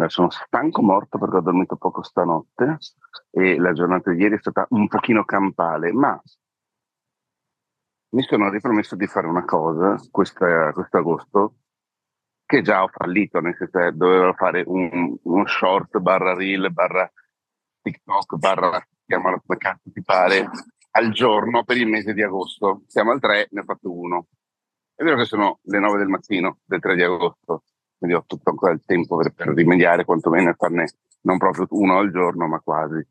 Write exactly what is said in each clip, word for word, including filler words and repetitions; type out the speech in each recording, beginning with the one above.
Eh, sono stanco morto perché ho dormito poco stanotte e la giornata di ieri è stata un pochino campale, ma mi sono ripromesso di fare una cosa questa- quest'agosto che già ho fallito, nel senso che dovevo fare un, uno short barra reel barra TikTok barra, chiamalo come cazzo ti pare, al giorno per il mese di agosto. Siamo al tre, ne ho fatto uno. È vero che sono le nove del mattino del tre di agosto, quindi ho tutto ancora il tempo per, per rimediare, quantomeno e farne non proprio uno al giorno, ma quasi.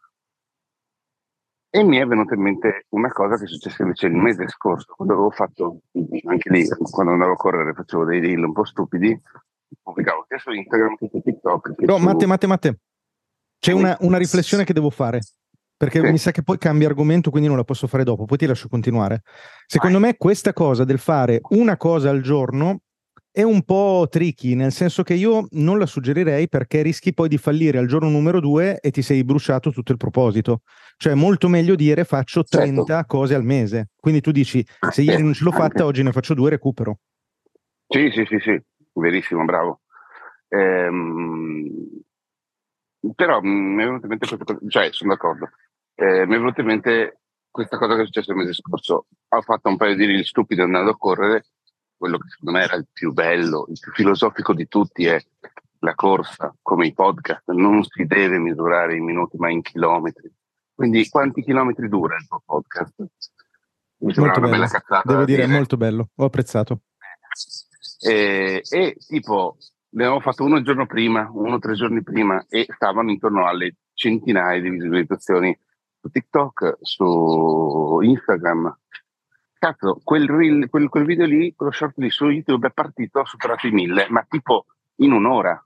E mi è venuta in mente una cosa che è successa invece il mese scorso, quando avevo fatto, anche lì, quando andavo a correre, facevo dei reel un po' stupidi, pubblicavo sia su Instagram che su TikTok. Che No, su... Matte, Matte, Matte, c'è Sì. una, una riflessione che devo fare, perché Sì. mi sa che poi cambia argomento, quindi non la posso fare dopo, poi ti lascio continuare. Secondo Vai. me questa cosa del fare una cosa al giorno è un po' tricky, nel senso che io non la suggerirei perché rischi poi di fallire al giorno numero due e ti sei bruciato tutto il proposito. Cioè è molto meglio dire faccio Certo. trenta cose al mese. Quindi tu dici se Sì, ieri non ce l'ho anche. fatta, oggi ne faccio due, recupero. Sì, sì, sì, sì, verissimo, bravo. Ehm, però mh, mi è venuta in mente questa cosa, cioè sono d'accordo. Eh, mi è venuta in mente questa cosa che è successa il mese scorso. Ho fatto un paio di reel stupidi andando a correre. Quello che secondo me era il più bello, il più filosofico di tutti è la corsa, come i podcast. Non si deve misurare in minuti, ma in chilometri. Quindi quanti chilometri dura il tuo podcast? Mi sembra Molto una bella bello, cazzata devo da dire, dire. molto bello, ho apprezzato. E, e tipo, ne avevo fatto uno il giorno prima, uno tre giorni prima, e stavano intorno alle centinaia di visualizzazioni su TikTok, su Instagram. Cazzo, quel, reel, quel, quel video lì, quello short lì su YouTube è partito, ha superato i mille, ma tipo in un'ora.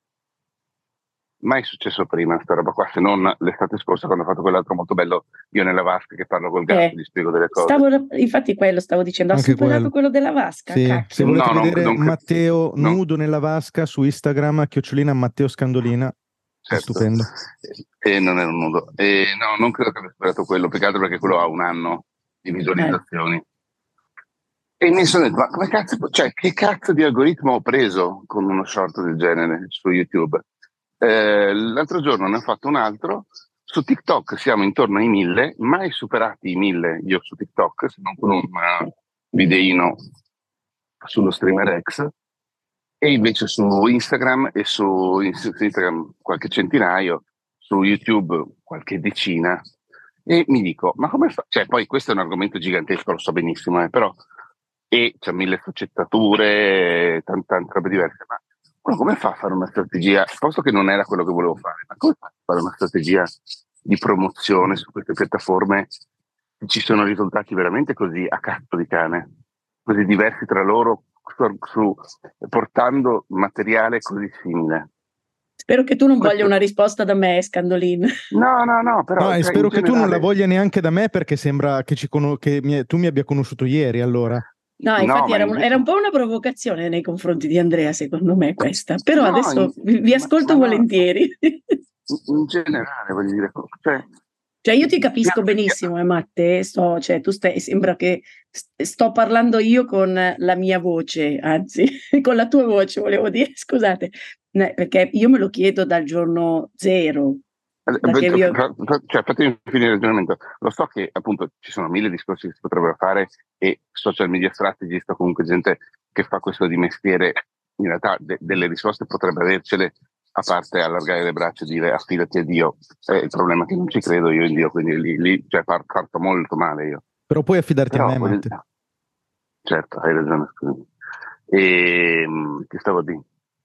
Mai successo prima sta roba qua, se non l'estate scorsa quando ho fatto quell'altro molto bello, io nella vasca che parlo col gatto, Eh, gli spiego delle cose. stavo, infatti quello stavo dicendo, ha Anche superato quello. quello della vasca, Sì, se cacchio. volete No, non, vedere non, Matteo non, nudo nella vasca su Instagram, chiocciolina Matteo Scandolina, è certo, stupendo. e non era un nudo. E no, non credo che abbia superato quello, più che altro perché quello ha un anno di Eh, visualizzazioni. E mi sono detto, ma come cazzo, cioè, che cazzo di algoritmo ho preso con uno short del genere su YouTube? Eh, l'altro giorno ne ho fatto un altro, su TikTok siamo intorno ai mille, mai superati i mille io su TikTok, se non con un uh, videino sullo streamer X, e invece su Instagram e su, su Instagram qualche centinaio, su YouTube qualche decina. E mi dico, ma come fa? Cioè, poi questo è un argomento gigantesco, lo so benissimo, eh, però, e c'è mille sfaccettature, tante, tante robe diverse, ma uno come fa a fare una strategia? Posto che non era quello che volevo fare, ma come fa a fare una strategia di promozione su queste piattaforme? Ci sono risultati veramente così a cazzo di cane, così diversi tra loro, su, su- portando materiale così simile. spero che tu non voglia Questo, una risposta da me, Scandolin. no, no, no, No, però e cioè, in spero che tu non la generale, voglia neanche da me perché sembra che, ci cono- che mi- tu mi abbia conosciuto ieri, allora. No, no, infatti ma era un, in, era un po' una provocazione nei confronti di Andrea, secondo me questa, però no, in- adesso vi, vi ma, ma ascolto no, volentieri. in, in generale, voglio dire, cioè, Cioè io ti sia- capisco sia- benissimo, eh, Matte, sto, cioè, tu stai, sembra che st- sto parlando io con la mia voce, anzi, con la tua voce, volevo dire, scusate, né, perché io me lo chiedo dal giorno zero, Eh, da beh, che vi ho... fa- fa- cioè, fatemi finire il ragionamento. Lo so che appunto ci sono mille discorsi che si potrebbero fare e social media strategist o comunque gente che fa questo di mestiere, in realtà de- delle risposte potrebbe avercele, a parte allargare le braccia e dire affidati a Dio. Eh, il problema è che non ci credo io in Dio, quindi lì, lì cioè, par- parto molto male io. Però puoi affidarti a Però, me, voglio- Matte. certo, hai ragione, scusami. E, mh, che stavo a dire?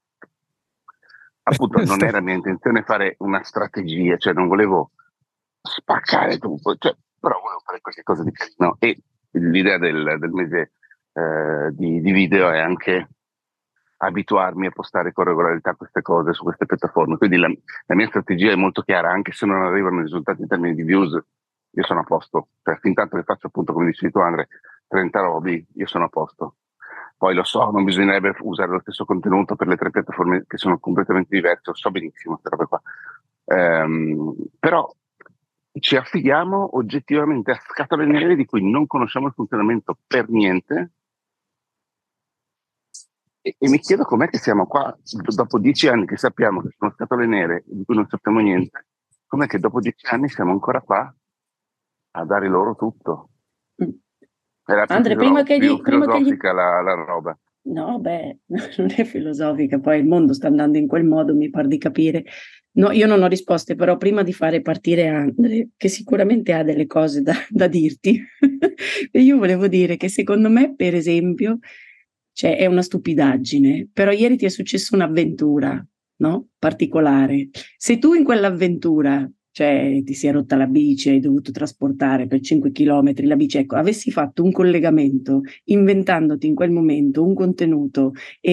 Appunto, non Sto- era mia intenzione fare una strategia, cioè non volevo spaccare tutto, cioè, però volevo fare qualcosa di carino. E l'idea del, del mese eh, di, di video è anche abituarmi a postare con regolarità queste cose su queste piattaforme. Quindi la, la mia strategia è molto chiara, anche se non arrivano i risultati in termini di views, io sono a posto. Cioè, fin tanto che faccio appunto, come dicevi tu Andre, trenta robi, io sono a posto. Poi lo so, non bisognerebbe usare lo stesso contenuto per le tre piattaforme che sono completamente diverse, lo so benissimo queste robe qua. Ehm, però ci affidiamo oggettivamente a scatole nere di cui non conosciamo il funzionamento per niente E, e mi chiedo com'è che siamo qua, dopo dieci anni che sappiamo che sono scatole nere, di cui non sappiamo niente, com'è che dopo dieci anni siamo ancora qua a dare loro tutto? Mm. Era più, Andre, prima filo- che più gli, prima che gli filosofica la, la roba. No, beh, non è filosofica, poi il mondo sta andando in quel modo, mi par di capire. No, io non ho risposte, però prima di fare partire Andre, che sicuramente ha delle cose da, da dirti, e io volevo dire che secondo me, per esempio, cioè, è una stupidaggine, però ieri ti è successa un'avventura, no? Particolare. Se tu in quell'avventura, cioè ti si è rotta la bici, hai dovuto trasportare per cinque chilometri la bici, ecco, avessi fatto un collegamento inventandoti in quel momento un contenuto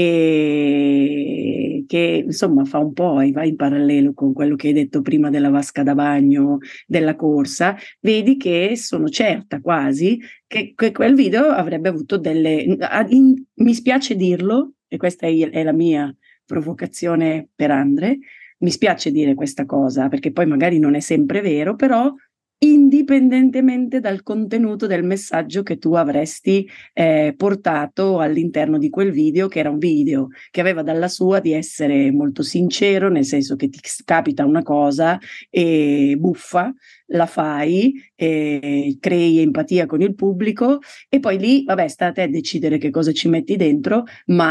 e che insomma fa un po' e va in parallelo con quello che hai detto prima della vasca da bagno, della corsa, vedi che sono certa quasi che, che quel video avrebbe avuto delle... In, mi spiace dirlo, e questa è, è la mia provocazione per Andre, mi spiace dire questa cosa perché poi magari non è sempre vero, però indipendentemente dal contenuto del messaggio che tu avresti eh, portato all'interno di quel video, che era un video che aveva dalla sua di essere molto sincero, nel senso che ti capita una cosa e buffa, la fai, e crei empatia con il pubblico e poi lì, vabbè, sta a te decidere che cosa ci metti dentro,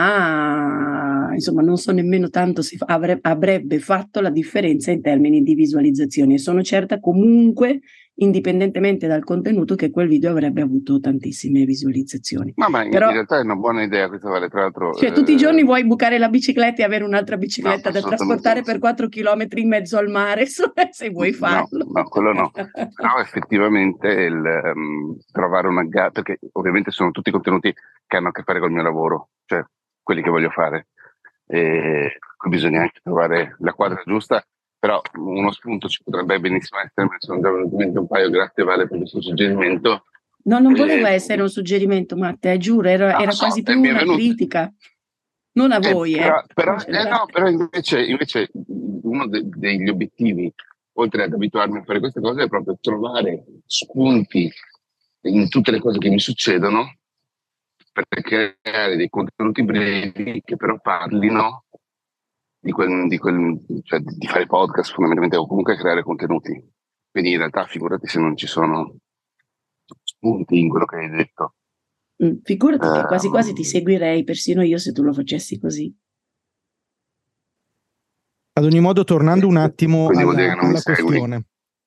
ma insomma non so nemmeno tanto se avrebbe, avrebbe fatto la differenza in termini di visualizzazioni e sono certa comunque indipendentemente dal contenuto che quel video avrebbe avuto tantissime visualizzazioni. Ma, ma in, Però, in realtà è una buona idea questa, vale tra l'altro. cioè, tutti i giorni eh, vuoi bucare la bicicletta e avere un'altra bicicletta no, da assolutamente trasportare no. per quattro chilometri in mezzo al mare, se vuoi No, farlo. no, quello no. Però effettivamente il, um, trovare una gara, perché ovviamente sono tutti contenuti che hanno a che fare col mio lavoro, cioè quelli che voglio fare. E qui bisogna anche trovare la quadra giusta, però uno spunto ci potrebbe benissimo essere, me ne sono già venuti in mente un paio, grazie Vale per questo suggerimento. No, non E, voleva essere un suggerimento, Matteo, giuro, era, ah, era so, quasi e più mi è una venuto. critica. Non a Eh, voi, però, eh. però, In eh, generale. no, però invece, invece uno de- degli obiettivi, oltre ad abituarmi a fare queste cose, è proprio trovare spunti in tutte le cose che mi succedono per creare dei contenuti brevi che però parlino di, quel, di, quel, cioè di fare podcast fondamentalmente o comunque creare contenuti. Quindi in realtà figurati se non ci sono spunti in quello che hai detto. Mm, figurati che quasi quasi ti Ehm, seguirei, persino io, se tu lo facessi così. Ad ogni modo, tornando un attimo quindi vuol dire alla, che non mi alla segui. questione.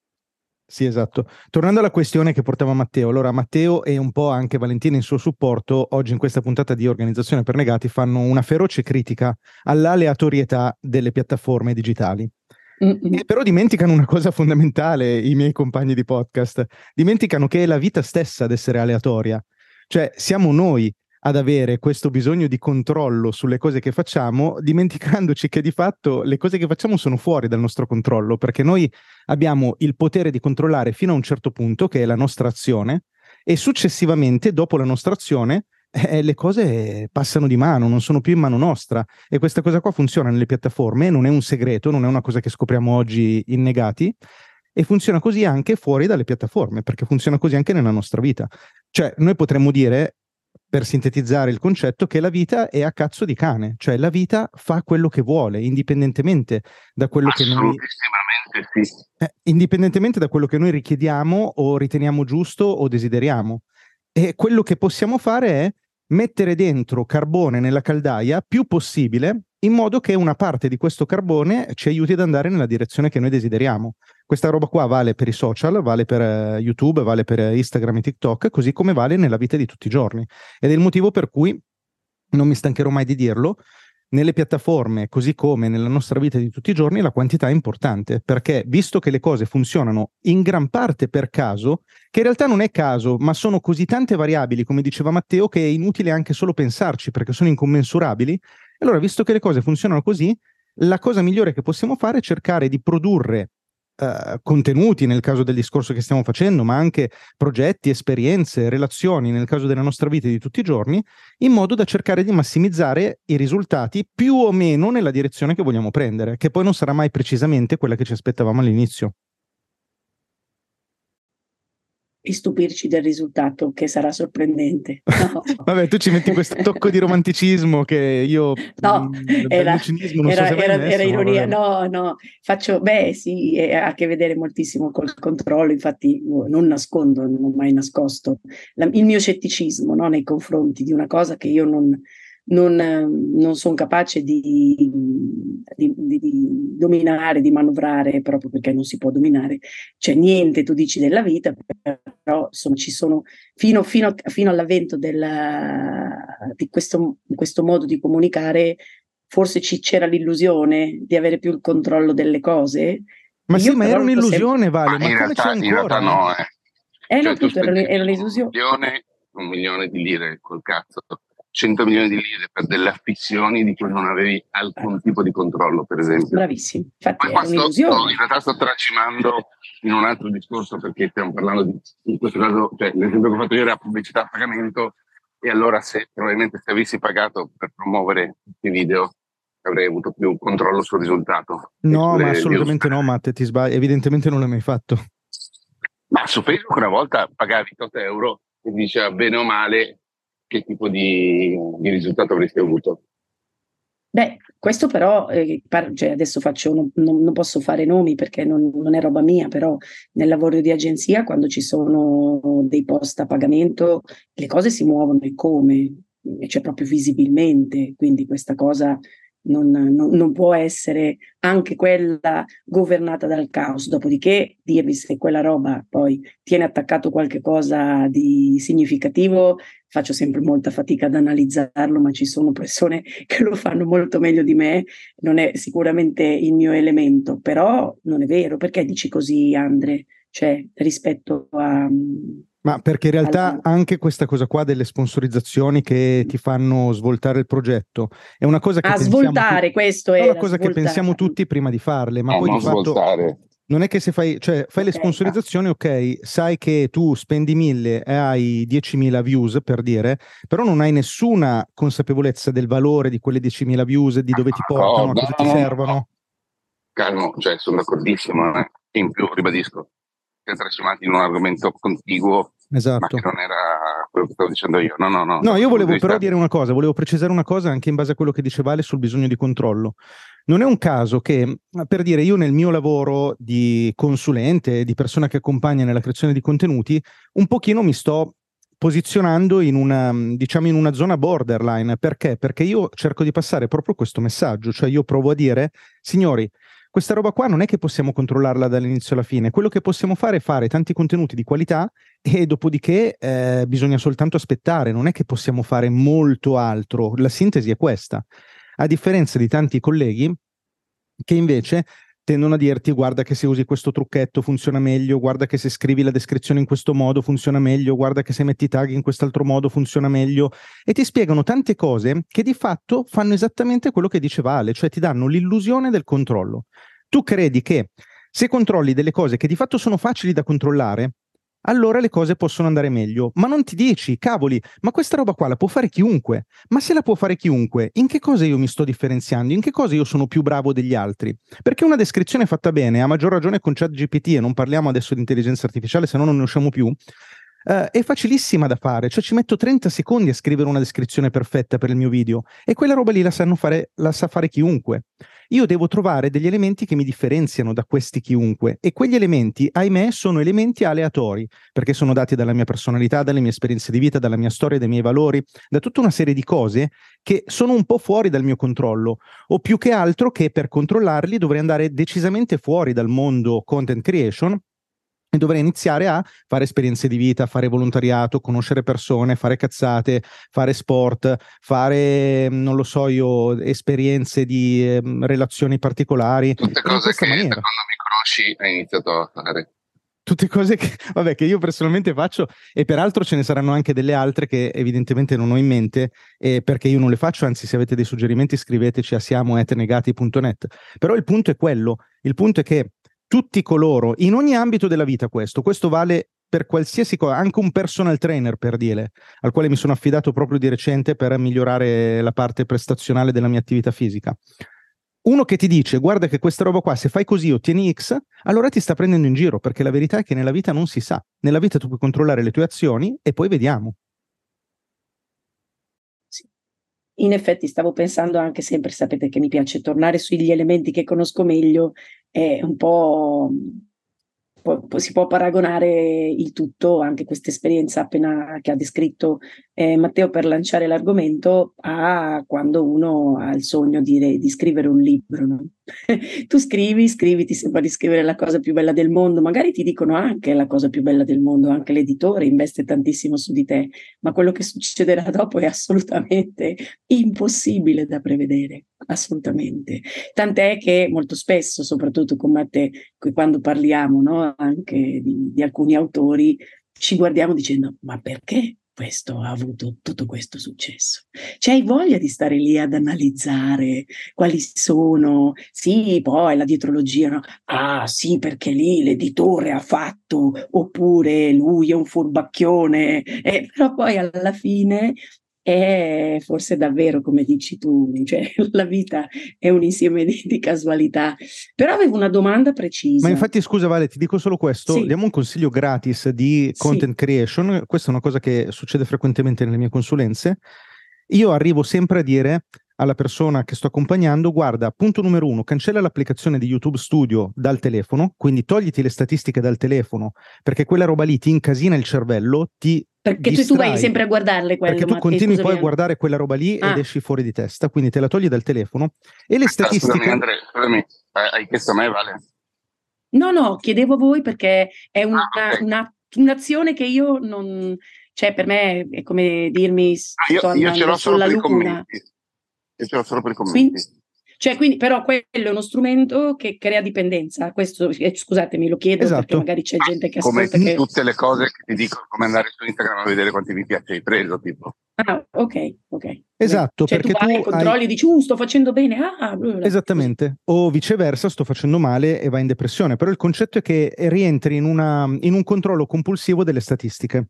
Sì, esatto. Tornando alla questione che portava Matteo, allora Matteo e un po' anche Valentina in suo supporto, oggi in questa puntata di Organizzazione per Negati fanno una feroce critica all'aleatorietà delle piattaforme digitali. Mm-mm. E però dimenticano una cosa fondamentale, i miei compagni di podcast, dimenticano che è la vita stessa ad essere aleatoria. Cioè, siamo noi ad avere questo bisogno di controllo sulle cose che facciamo, dimenticandoci che di fatto le cose che facciamo sono fuori dal nostro controllo, perché noi abbiamo il potere di controllare fino a un certo punto, che è la nostra azione, e successivamente, dopo la nostra azione, eh, le cose passano di mano, non sono più in mano nostra. E questa cosa qua funziona nelle piattaforme, non è un segreto, non è una cosa che scopriamo oggi innegati, e funziona così anche fuori dalle piattaforme, perché funziona così anche nella nostra vita. Cioè, noi potremmo dire, per sintetizzare il concetto, che la vita è a cazzo di cane, cioè la vita fa quello che vuole, indipendentemente da quello che noi, Assolutissimamente sì. eh, indipendentemente da quello che noi richiediamo o riteniamo giusto o desideriamo. E quello che possiamo fare è mettere dentro carbone nella caldaia più possibile, in modo che una parte di questo carbone ci aiuti ad andare nella direzione che noi desideriamo. Questa roba qua vale per i social, vale per uh, YouTube, vale per uh, Instagram e TikTok, così come vale nella vita di tutti i giorni. Ed è il motivo per cui, non mi stancherò mai di dirlo, nelle piattaforme, così come nella nostra vita di tutti i giorni, la quantità è importante, perché visto che le cose funzionano in gran parte per caso, che in realtà non è caso, ma sono così tante variabili, come diceva Matteo, che è inutile anche solo pensarci, perché sono incommensurabili. Allora, visto che le cose funzionano così, la cosa migliore che possiamo fare è cercare di produrre Uh, contenuti nel caso del discorso che stiamo facendo, ma anche progetti, esperienze, relazioni nel caso della nostra vita di tutti i giorni, in modo da cercare di massimizzare i risultati più o meno nella direzione che vogliamo prendere, che poi non sarà mai precisamente quella che ci aspettavamo all'inizio. e stupirci del risultato che sarà sorprendente. No. Vabbè, tu ci metti questo tocco di romanticismo che io no, mh, era, del cinismo non era, so se mai era, messo, era ironia, vabbè. no, no, faccio, beh sì, ha a che vedere moltissimo col controllo, infatti non nascondo, non ho mai nascosto la, il mio scetticismo, no, nei confronti di una cosa che io non, non, non sono capace di, di, di, di dominare, di manovrare, proprio perché non si può dominare, c'è niente, tu dici, della vita, però insomma ci sono, fino, fino, fino all'avvento della, di questo, questo modo di comunicare, forse ci, c'era l'illusione di avere più il controllo delle cose. Ma Io sì, ma era un'illusione, sempre... Vale, ma ma in come c'è realtà, in realtà ancora? no, eh. Eh Cioè no, tu appunto, era, spendevi era un un'illusione. milione, un milione di lire col cazzo, cento milioni di lire per delle affissioni di cui non avevi alcun tipo di controllo, per esempio. Bravissimo, infatti Poi era qua sto, un'illusione. sto, in realtà sto tracimando in un altro discorso, perché stiamo parlando di, in questo caso, cioè l'esempio che ho fatto io era pubblicità a pagamento, e allora se probabilmente se avessi pagato per promuovere questi video avrei avuto più controllo sul risultato. No, ma assolutamente no, Matte, ti sbagli, evidentemente non l'hai mai fatto. Ma su Facebook una volta pagavi tot euro e diceva bene o male che tipo di, di risultato avresti avuto. Beh, questo però, eh, par- cioè adesso faccio, non, non- non posso fare nomi perché non, non è roba mia, però nel lavoro di agenzia, quando ci sono dei post a pagamento, le cose si muovono e come, e cioè proprio visibilmente, quindi questa cosa non, non- non può essere anche quella governata dal caos. Dopodiché dirvi se quella roba poi tiene attaccato qualche cosa di significativo, faccio sempre molta fatica ad analizzarlo, ma ci sono persone che lo fanno molto meglio di me, non è sicuramente il mio elemento, però non è vero. Perché dici così, Andre? Cioè, rispetto a... Ma perché in realtà alla... anche questa cosa qua delle sponsorizzazioni che ti fanno svoltare il progetto è una cosa che A pensiamo svoltare, tutti, questo è una era, cosa che svoltare. pensiamo tutti prima di farle, ma No, poi non di fatto svoltare. non è che se fai, cioè fai le Ok. sponsorizzazioni, ok, sai che tu spendi mille e hai diecimila views per dire, però non hai nessuna consapevolezza del valore di quelle diecimila views, di dove ti portano, No, a no, cosa no, ti no, servono. no. Calmo, cioè sono d'accordissimo, eh. In più ribadisco, siamo tracimati in un argomento contiguo, Esatto. ma che non era quello che stavo dicendo io. No, no, no. No, io volevo vista... però dire una cosa, volevo precisare una cosa anche in base a quello che diceva Ale sul bisogno di controllo. Non è un caso che, per dire, io nel mio lavoro di consulente, di persona che accompagna nella creazione di contenuti, un pochino mi sto posizionando in una, diciamo, in una zona borderline. Perché? Perché io cerco di passare proprio questo messaggio, cioè io provo a dire, signori, questa roba qua non è che possiamo controllarla dall'inizio alla fine, quello che possiamo fare è fare tanti contenuti di qualità e dopodiché eh, bisogna soltanto aspettare, non è che possiamo fare molto altro, la sintesi è questa, a differenza di tanti colleghi che invece tendono a dirti guarda che se usi questo trucchetto funziona meglio, guarda che se scrivi la descrizione in questo modo funziona meglio, guarda che se metti tag in quest'altro modo funziona meglio, e ti spiegano tante cose che di fatto fanno esattamente quello che diceva Ale, cioè ti danno l'illusione del controllo. Tu credi che se controlli delle cose che di fatto sono facili da controllare, allora le cose possono andare meglio, ma non ti dici, cavoli, ma questa roba qua la può fare chiunque, ma se la può fare chiunque, in che cosa io mi sto differenziando, in che cosa io sono più bravo degli altri? Perché una descrizione fatta bene, a maggior ragione con ChatGPT, e non parliamo adesso di intelligenza artificiale, se no non ne usciamo più, Uh, è facilissima da fare, cioè ci metto trenta secondi a scrivere una descrizione perfetta per il mio video e quella roba lì la sanno fare, la sa fare chiunque. Io devo trovare degli elementi che mi differenziano da questi chiunque, e quegli elementi, ahimè, sono elementi aleatori, perché sono dati dalla mia personalità, dalle mie esperienze di vita, dalla mia storia, dai miei valori, da tutta una serie di cose che sono un po' fuori dal mio controllo, o più che altro che per controllarli dovrei andare decisamente fuori dal mondo content creation e dovrei iniziare a fare esperienze di vita, fare volontariato, conoscere persone, fare cazzate, fare sport, fare, non lo so io, esperienze di eh, relazioni particolari. Tutte in cose questa che maniera. quando mi conosci hai iniziato a fare. Tutte cose che, vabbè, che io personalmente faccio, e peraltro ce ne saranno anche delle altre che evidentemente non ho in mente, eh, perché io non le faccio, anzi se avete dei suggerimenti scriveteci a siamo at negati punto net. Però il punto è quello, il punto è che tutti coloro, in ogni ambito della vita questo, questo vale per qualsiasi cosa, anche un personal trainer per dire, al quale mi sono affidato proprio di recente per migliorare la parte prestazionale della mia attività fisica. Uno che ti dice guarda che questa roba qua se fai così ottieni X, allora ti sta prendendo in giro, perché la verità è che nella vita non si sa. Nella vita tu puoi controllare le tue azioni e poi vediamo. Sì. In effetti stavo pensando anche sempre, sapete che mi piace tornare sugli elementi che conosco meglio, è un po'... Po- po- si può paragonare il tutto, anche questa esperienza appena che ha descritto eh, Matteo per lanciare l'argomento, a quando uno ha il sogno di, di scrivere un libro, no? Tu scrivi, scrivi, ti sembra di scrivere la cosa più bella del mondo, magari ti dicono anche la cosa più bella del mondo, anche l'editore investe tantissimo su di te, ma quello che succederà dopo è assolutamente impossibile da prevedere, assolutamente. Tant'è che molto spesso, soprattutto con Matteo, quando parliamo, no, anche di, di alcuni autori, ci guardiamo dicendo: ma perché questo ha avuto tutto questo successo? Cioè, hai voglia di stare lì ad analizzare quali sono, sì, poi la dietrologia, no? Ah, sì, perché lì l'editore ha fatto, oppure lui è un furbacchione, eh, però poi alla fine è forse davvero come dici tu, cioè la vita è un insieme di, di casualità. Però avevo una domanda Ma precisa. infatti, scusa Vale, ti dico solo questo, Sì, diamo un consiglio gratis di sì, content creation, questa è una cosa che succede frequentemente nelle mie consulenze. Io arrivo sempre a dire alla persona che sto accompagnando: guarda, punto numero uno, cancella l'applicazione di YouTube Studio dal telefono, quindi togliti le statistiche dal telefono, perché quella roba lì ti incasina il cervello, ti perché tu, tu vai distrai, sempre a guardarle perché quello, tu ma eh, continui scusami. poi a guardare quella roba lì ed Ah, esci fuori di testa, quindi te la togli dal telefono e le Ah, scusami statistiche... Andrea, scusami, eh, hai chiesto a me, Vale? no, no, chiedevo a voi perché è una, Ah, ok. una- un'azione che io non, cioè per me è come dirmi Ah, io, sto io ce andando l'ho solo sulla per i luna. commenti. Io ce l'ho solo per i Quindi, commenti. cioè, quindi, però quello è uno strumento che crea dipendenza. Questo, eh, scusatemi, lo chiedo perché Esatto, magari c'è gente che Come ascolta che... tutte le cose che ti dicono come andare su Instagram a vedere quanti mi piace hai preso, tipo. Ah, ok, ok. Vabbè. esatto, Cioè tu perché vai, tu hai... controlli, dici, uh, sto facendo bene, ah, bla, bla, bla, così. Esattamente, o viceversa, sto facendo male e vai in depressione, però il concetto è che rientri in, una, in un controllo compulsivo delle statistiche.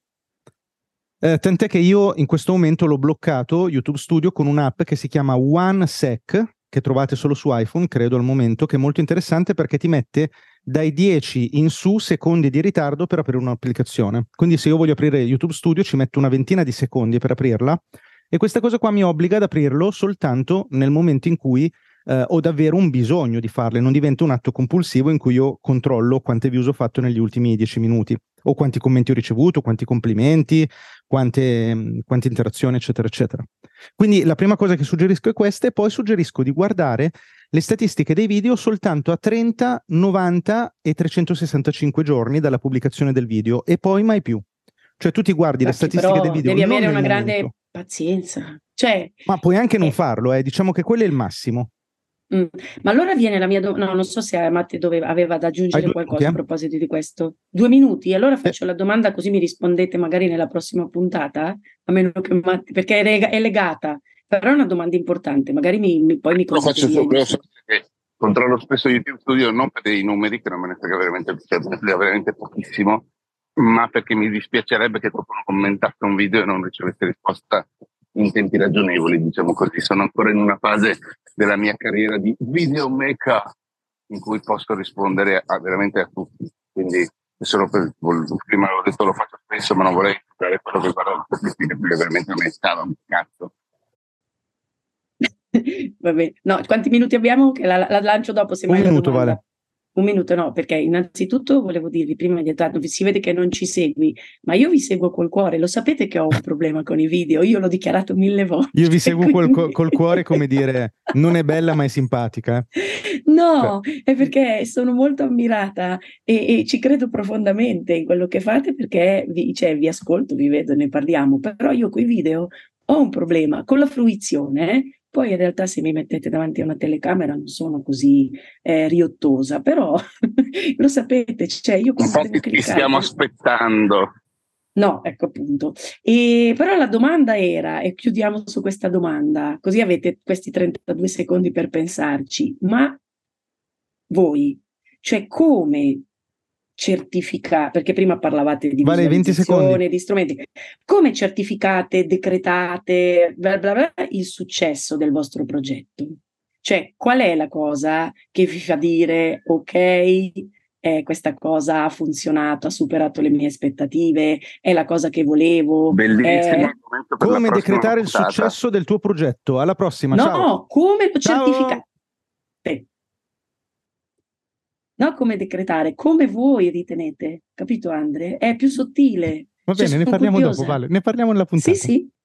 Eh, tant'è che io in questo momento l'ho bloccato YouTube Studio con un'app che si chiama OneSec, che trovate solo su iPhone, credo al momento, che è molto interessante perché ti mette dai dieci in su secondi di ritardo per aprire un'applicazione. Quindi se io voglio aprire YouTube Studio ci metto una ventina di secondi per aprirla e questa cosa qua mi obbliga ad aprirlo soltanto nel momento in cui eh, ho davvero un bisogno di farle, non diventa un atto compulsivo in cui io controllo quante views ho fatto negli ultimi dieci minuti o quanti commenti ho ricevuto, quanti complimenti, quante, quante interazioni, eccetera, eccetera. Quindi la prima cosa che suggerisco è questa e poi suggerisco di guardare le statistiche dei video soltanto a trenta, novanta e trecentosessantacinque giorni dalla pubblicazione del video e poi mai più. Cioè tu ti guardi le Beh, che statistiche del però video devi non avere nel una grande momento, pazienza. Cioè, ma puoi anche non eh, farlo, eh. Diciamo che quello è il massimo. mm. Ma allora viene la mia domanda, no, non so se Matti doveva, aveva da Hai aggiungere due minuti, qualcosa a eh? proposito di questo. Due minuti, allora Eh, faccio la domanda così mi rispondete magari nella prossima puntata, a meno che Matti, perché è, lega- è legata, però è una domanda importante, magari mi, mi- poi mi Lo cosite faccio via. solo, in volevo inf- sapere che controllo spesso YouTube Studio non per dei numeri che non me ne frega veramente, cioè, me ne frega veramente pochissimo, ma perché mi dispiacerebbe che qualcuno commentasse un video e non ricevesse risposta in tempi ragionevoli, diciamo così. Sono ancora in una fase della mia carriera di videomaker in cui posso rispondere a, veramente a tutti. Quindi solo per, prima ho detto lo faccio spesso, ma non vorrei fare quello che guarda le statistiche perché veramente a me stava un cazzo. Va bene. No, quanti minuti abbiamo? Che la, la lancio dopo, un semmai la minuto, domanda. Vale. Un minuto no, perché innanzitutto volevo dirvi prima di entrare, si vede che non ci segui, ma io vi seguo col cuore, lo sapete che ho un problema con i video, io l'ho dichiarato mille volte. Io vi seguo col, Quindi... col cuore come dire non è bella ma è simpatica. Eh. Cioè, No, è perché sono molto ammirata e, e ci credo profondamente in quello che fate perché vi, cioè, vi ascolto, vi vedo, ne parliamo, però io con i video ho un problema con la fruizione. Poi in realtà se mi mettete davanti a una telecamera non sono così eh, riottosa, però lo sapete, cioè io quando devo Infatti ti cliccare... stiamo aspettando. No, ecco appunto. E, però la domanda era, e chiudiamo su questa domanda, così avete questi trentadue secondi per pensarci, ma voi, cioè come certificate, perché prima parlavate di Vale, venti secondi. visualizzazione, di strumenti, come certificate, decretate, bla bla bla, il successo del vostro progetto? Cioè, qual è la cosa che vi fa dire, ok, eh, questa cosa ha funzionato, ha superato le mie aspettative, è la cosa che volevo. Bellissimo è... argomento per la Come prossima decretare il puntata. successo del tuo progetto. Alla prossima, No, ciao. come lo Ciao. certificate? No, come decretare, come voi ritenete, capito Andre? È più sottile. Va Cioè, bene, ne sono parliamo dopo, curiosa. Vale. Ne parliamo nella puntata. Sì, sì.